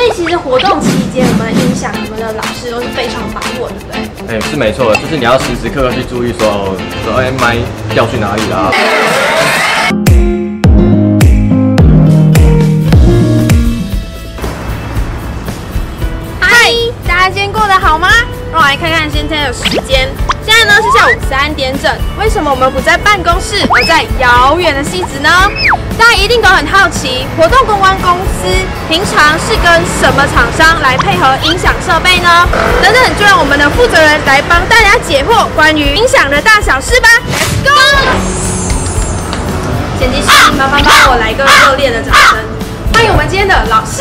以其实活动期间，我们音响我们的老师都是非常忙碌，对不对？ 是没错的，就是你要时时刻刻去注意说麦掉去哪里啦。 嗨，大家今天过得好吗？让我来看看今天的时间。现在呢是下午3点整，为什么我们不在办公室，而在遥远的汐止呢？大家一定都很好奇，活动公关公司平常是跟什么厂商来配合音响设备呢？等等，就让我们的负责人来帮大家解惑关于音响的大小事吧。Let's go！ 剪辑师，麻烦帮我来个热烈的掌声，欢迎我们今天的老师。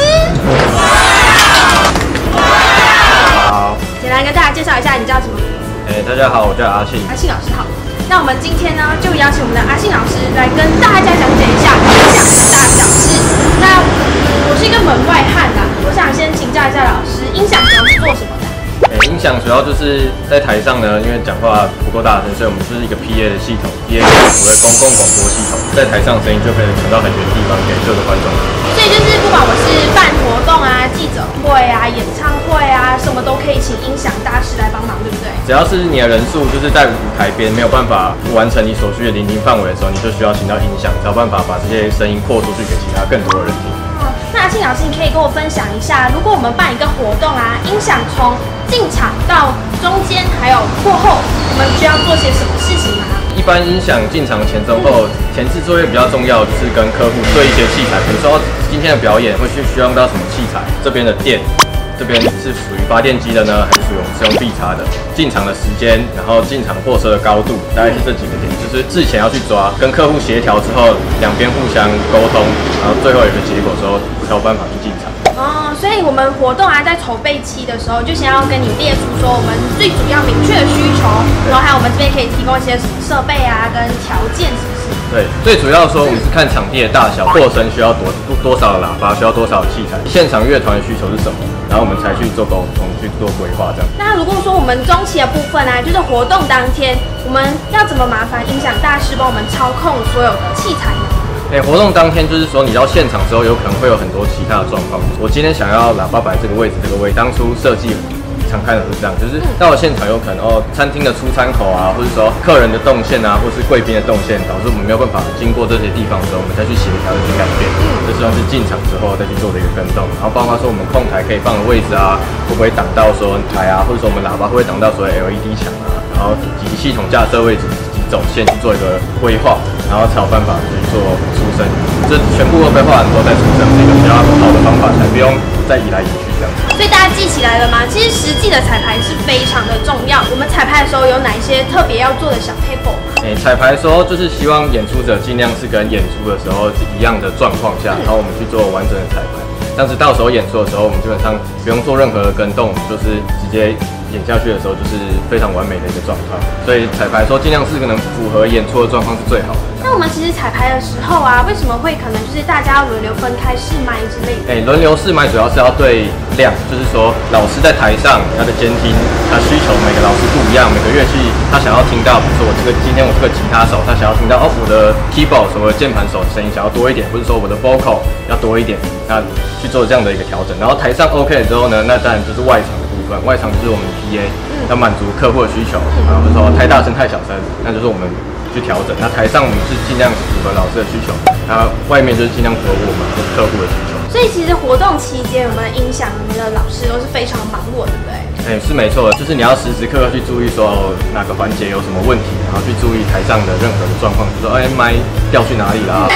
好， 简单跟大家介绍一下，你叫什么名字？ 大家好，我叫阿信。 阿信老师好。那我们今天呢，就邀请我们的阿信老师来跟大家讲解一下音响的大小事。那我是一个门外汉啦，我想先请教一下老师，音响主要是做什么的？ 音响主要就是在台上呢，因为讲话不够大声，所以我们就是一个 PA 的系统 ，PA 是所谓公共广播系统，在台上声音就可以传到很远的地方给各个观众。 所以就是不管我是办活动啊、记者会啊、演唱会啊，什么都可以请音响大师来帮忙，对不对？ 只要是你的人数就是在舞台边没有办法完成你所需的聆听范围的时候，你就需要请到音响，才有办法把这些声音扩出去给其他更多的人听。 那阿庆老师，你可以跟我分享一下，如果我们办一个活动啊，音响从进场到中间还有过后，我们需要做些什么事情吗？ 一般音响进场前中后前置作业比较重要，就是跟客户对一些器材，比如说今天的表演会需要用到什么器材，这边的电。这边是属于发电机的呢，还是属于我们是用必插的？进场的时间，然后进场货车的高度，大概是这几个点，就是事前要去抓，跟客户协调之后，两边互相沟通，然后最后有个结果之后，才有办法去进场。 所以我们活动啊，在筹备期的时候，就先要跟你列出说我们最主要明确的需求，然后还有我们这边可以提供一些什么设备啊，跟条件，是不是？ 对，最主要说我们是看场地的大小，扩声需要多少的喇叭，需要多少的器材，现场乐团的需求是什么，然后我们才去做沟通，去做规划这样。 那如果说我们中期的部分啊，就是活动当天，我们要怎么麻烦音响大师帮我们操控所有的器材呢？ 活动当天就是说，你到现场之后，有可能会有很多其他的状况。我今天想要喇叭摆这个位置，当初设计常看的是这样，就是到了现场有可能餐厅的出餐口啊，或者说客人的动线啊，或是贵宾的动线，导致我们没有办法经过这些地方的时候，我们再去协调去改变。这算是进场之后再去做的一个跟动，然后包括说我们控台可以放的位置啊，会不会挡到说台啊，或者说我们喇叭会不会挡到所谓 LED 墙啊，然后以及系统架设位置。走线去做一个规划，然后才有办法去做出声。这全部都规划完之后再出声，是一个比较好的方法，才不用再移来移去这样子。 所以大家记起来了吗？其实实际的彩排是非常的重要。我们彩排的时候有哪一些特别要做的小 paper 吗？ 彩排的时候就是希望演出者尽量是跟演出的时候一样的状况下，然后我们去做完整的彩排。但是到时候演出的时候，我们基本上不用做任何的跟动，就是直接演下去的时候就是非常完美的一个状况。所以彩排说尽量是可能符合演出的状况是最好的。 那我们其实彩排的时候啊，为什么会可能就是大家要轮流分开试麦之类的？ 轮流试麦主要是要对量，就是说老师在台上他的监听，他需求每个老师不一样，每个乐器他想要听到，比如说今天我是个吉他手，他想要听到我的 keyboard 所谓键盘手的声音想要多一点，或者说我的 vocal 要多一点，那去做这样的一个调整。然后台上 OK 了之后呢，那当然就是外场的部分，外场就是我们 PA 要满足客户的需求，然后就是说太大声太小声，那就是我们去调整。那台上我们是尽量符合老师的需求，那外面就是尽量符合我们客户的需求。 所以其实活动期间，我们音响我们的老师都是非常忙碌的，对不对？ 是没错的，就是你要时时刻刻去注意说哪个环节有什么问题，然后去注意台上的任何的状况，比如说麦掉去哪里啦。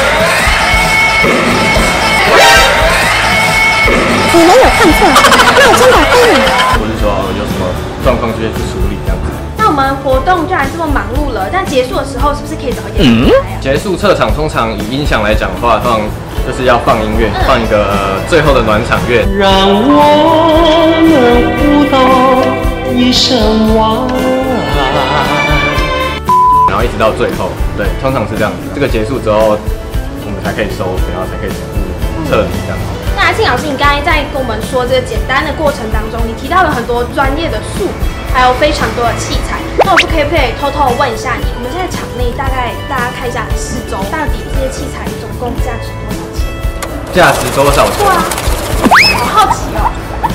你没有看错，那我真的会。 或是说有什么状况就会去处理这样子。 那我们活动居然这么忙碌了，但结束的时候是不是可以早一点离开啊？ 结束撤场通常以音响来讲的话，通常就是要放音乐，放一个最后的暖场乐， 让我们互动一生完， 然后一直到最后，对，通常是这样子。这个结束之后，我们才可以收尾，然后才可以撤离这样子。 那阿庆老师，你刚才在跟我们说这个简单的过程当中，你提到了很多专业的术语，还有非常多的器材。那我可以偷偷问一下你，我们现在场内大概大家看一下四周，到底这些器材总共价值多少钱？ 价值多少钱？ 对啊，好好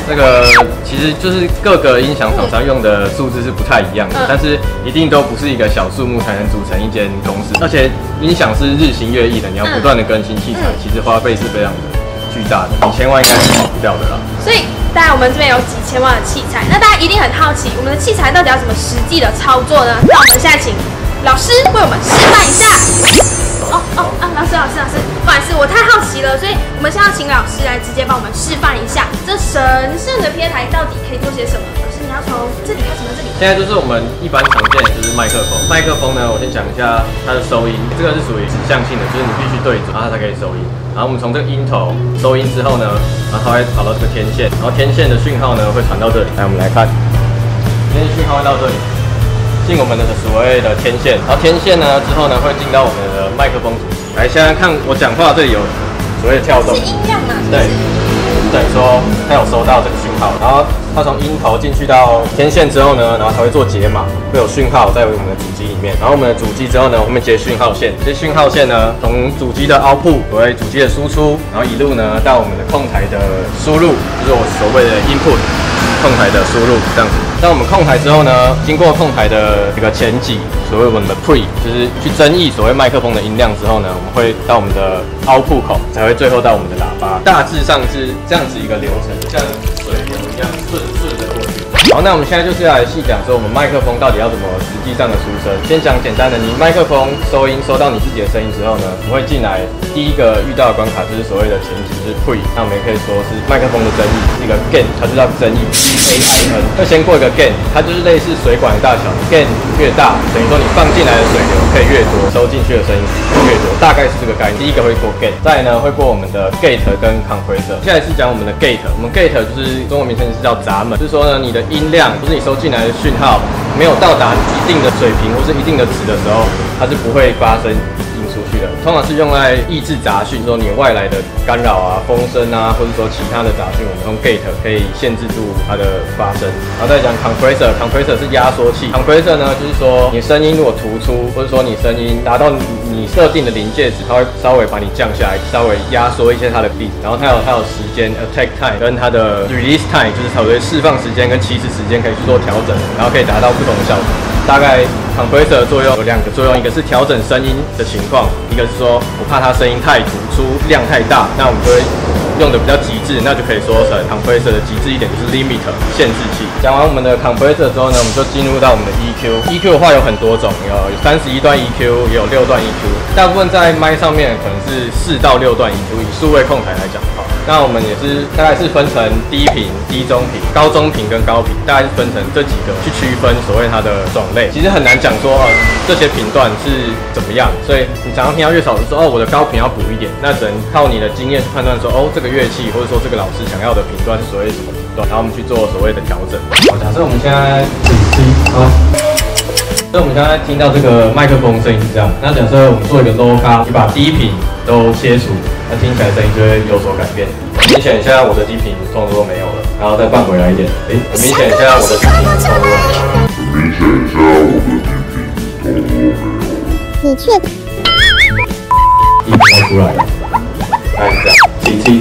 这个其实就是各个音响厂商用的数字是不太一样的，但是一定都不是一个小数目才能组成一间公司，而且音响是日新月异的，你要不断的更新器材，其实花费是非常的巨大的，几千万应该是跑不掉的啦。所以当然我们这边有几千万的器材，那大家一定很好奇，我们的器材到底要怎么实际的操作呢？那我们现在请老师为我们示范一下。老师，不好意思，我太好奇了，所以我们现在要请老师来直接帮我们示范一下，这神圣的片台到底可以做些什么？老师，你要从这里开始吗？这里。 现在就是我们一般常见的就是麦克风。麦克风呢，我先讲一下它的收音，这个是属于指向性的，就是你必须对准，然后它才可以收音。然后我们从这个音头收音之后呢，然后它会跑到这个天线，然后天线的讯号呢会传到这里。来，我们来看，天线讯号会到这里。进我们的所谓的天线，然后天线呢之后呢会进到我们的麦克风主机。来，现在看我讲话这里有所谓的跳动， 是音量嘛？ 对，等于说它有收到这个讯号，然后它从音头进去到天线之后呢，然后它会做解码，会有讯号在我们的主机里面。然后我们的主机之后呢，我们接讯号线，这讯号线呢从主机的 output 为主机的输出，然后一路呢到我们的控台的输入，就是我所谓的 input。控台的输入这样子，当我们控台之后呢，经过控台的这个前级，所谓我们的 pre， 就是去增益所谓麦克风的音量之后呢，我们会到我们的 output 口，才会最后到我们的喇叭。大致上是这样子一个流程，像水流一样顺的过去。好，那我们现在就是要来细讲说我们麦克风到底要怎么实际上的出声。先讲简单的，你麦克风收音收到你自己的声音之后呢，我会进来第一个遇到的关卡就是所谓的前级，就是 pre， 那我们也可以说是麦克风的增益，一个 gain， 它就叫增益 ，GAIN， 会先过一个 gain， 它就是类似水管的大小 ，gain 越大，等于说你放进来的水流可以越多，收进去的声音越多，大概是这个概念。第一个会过 gain， 再来呢会过我们的 gate 跟 compressor。现在是讲我们的 gate， 我们 gate 就是中文名称是叫闸门，就是说呢你的音量，就是你收进来的讯号没有到达一定的水平或是一定的值的时候，它是不会发生音出去的。通常是用来抑制杂讯，说你外来的干扰啊、风声啊，或者说其他的杂讯，我们用 gate 可以限制住它的发生。然后再讲 compressor 是压缩器。compressor 呢就是说你声音如果突出，或者说你声音达到你设定的临界值，它会稍微把你降下来，稍微压缩一些它的 beat。然后它有时间 attack time 跟它的 release time， 就是所谓释放时间跟起始时间可以去做调整，然后可以达到不同的效果。大概 compressor 的作用有两个作用，一个是调整声音的情况，一个是说我怕它声音太突出，量太大，那我们就会用的比较极致，那就可以说成 compressor 的极致一点就是 limiter 限制器。讲完我们的 compressor 之后呢，我们就进入到我们的 EQ。EQ 的话有很多种，有31段 EQ， 也有6段 EQ。大部分在麦上面可能是4到6段 EQ， 以数位控台来讲的话，那我们也是大概是分成低频、低中频、高中频跟高频，大概是分成这几个去区分所谓它的种类。其实很难讲说这些频段是怎么样，所以你常常听到乐手说我的高频要补一点，那只能靠你的经验去判断说这个乐器或者说这个老师想要的频段是所谓什么频段，然后我们去做所谓的调整。好，假设我们现在所以我们刚才听到这个麦克风声音是这样，那假设我们做一个 low 卡，你把低频都切除，那听起来声音就会有所改变。很明显，现在我的低频通通都没有了，然后再放回来一点，很明显，现在我的低频通通都没有了。 你确定？ 低频都出来了，大概是这样，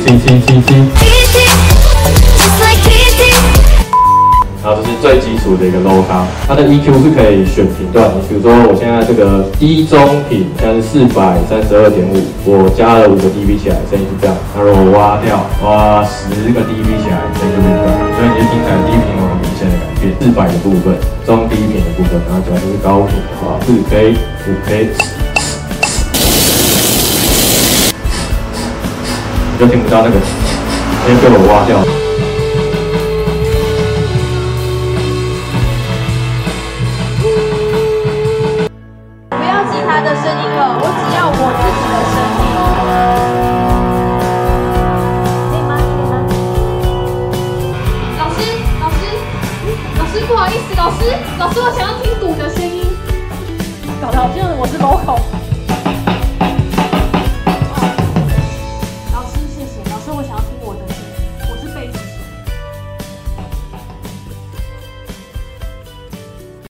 然后这是最基础的一个 low 卡，它的 EQ 是可以选频段的。比如说我现在这个低中频现在是432.5，我加了5个 dB 起来，声音是这样。那如果我挖掉10个 dB 起来，声音就不一样。所以你就听起来低频有很明显的改变。400的部分，中低频的部分，然后假如是高频的话，4K、5K， 你就听不到那个，因为被我挖掉。 老师，我想要听鼓的声音，搞得好像我是 local。